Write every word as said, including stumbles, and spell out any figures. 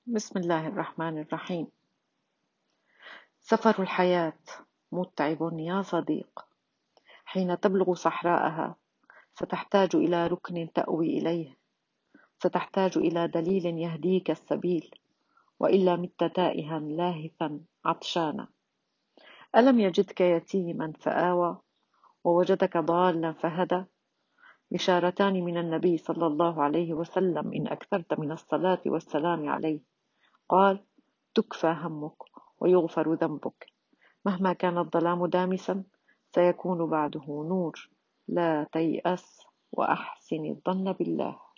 بسم الله الرحمن الرحيم. سفر الحياة متعب يا صديق. حين تبلغ صحراءها ستحتاج إلى ركن تأوي إليه، ستحتاج إلى دليل يهديك السبيل، وإلا مت تائها لاهثا عطشانا. ألم يجدك يتيما فآوى، ووجدك ضالا فهدى؟ بشارتان من النبي صلى الله عليه وسلم إن أكثرت من الصلاة والسلام عليه. قال: تكفى همك ويغفر ذنبك. مهما كان الظلام دامسا سيكون بعده نور. لا تيأس وأحسن الظن بالله.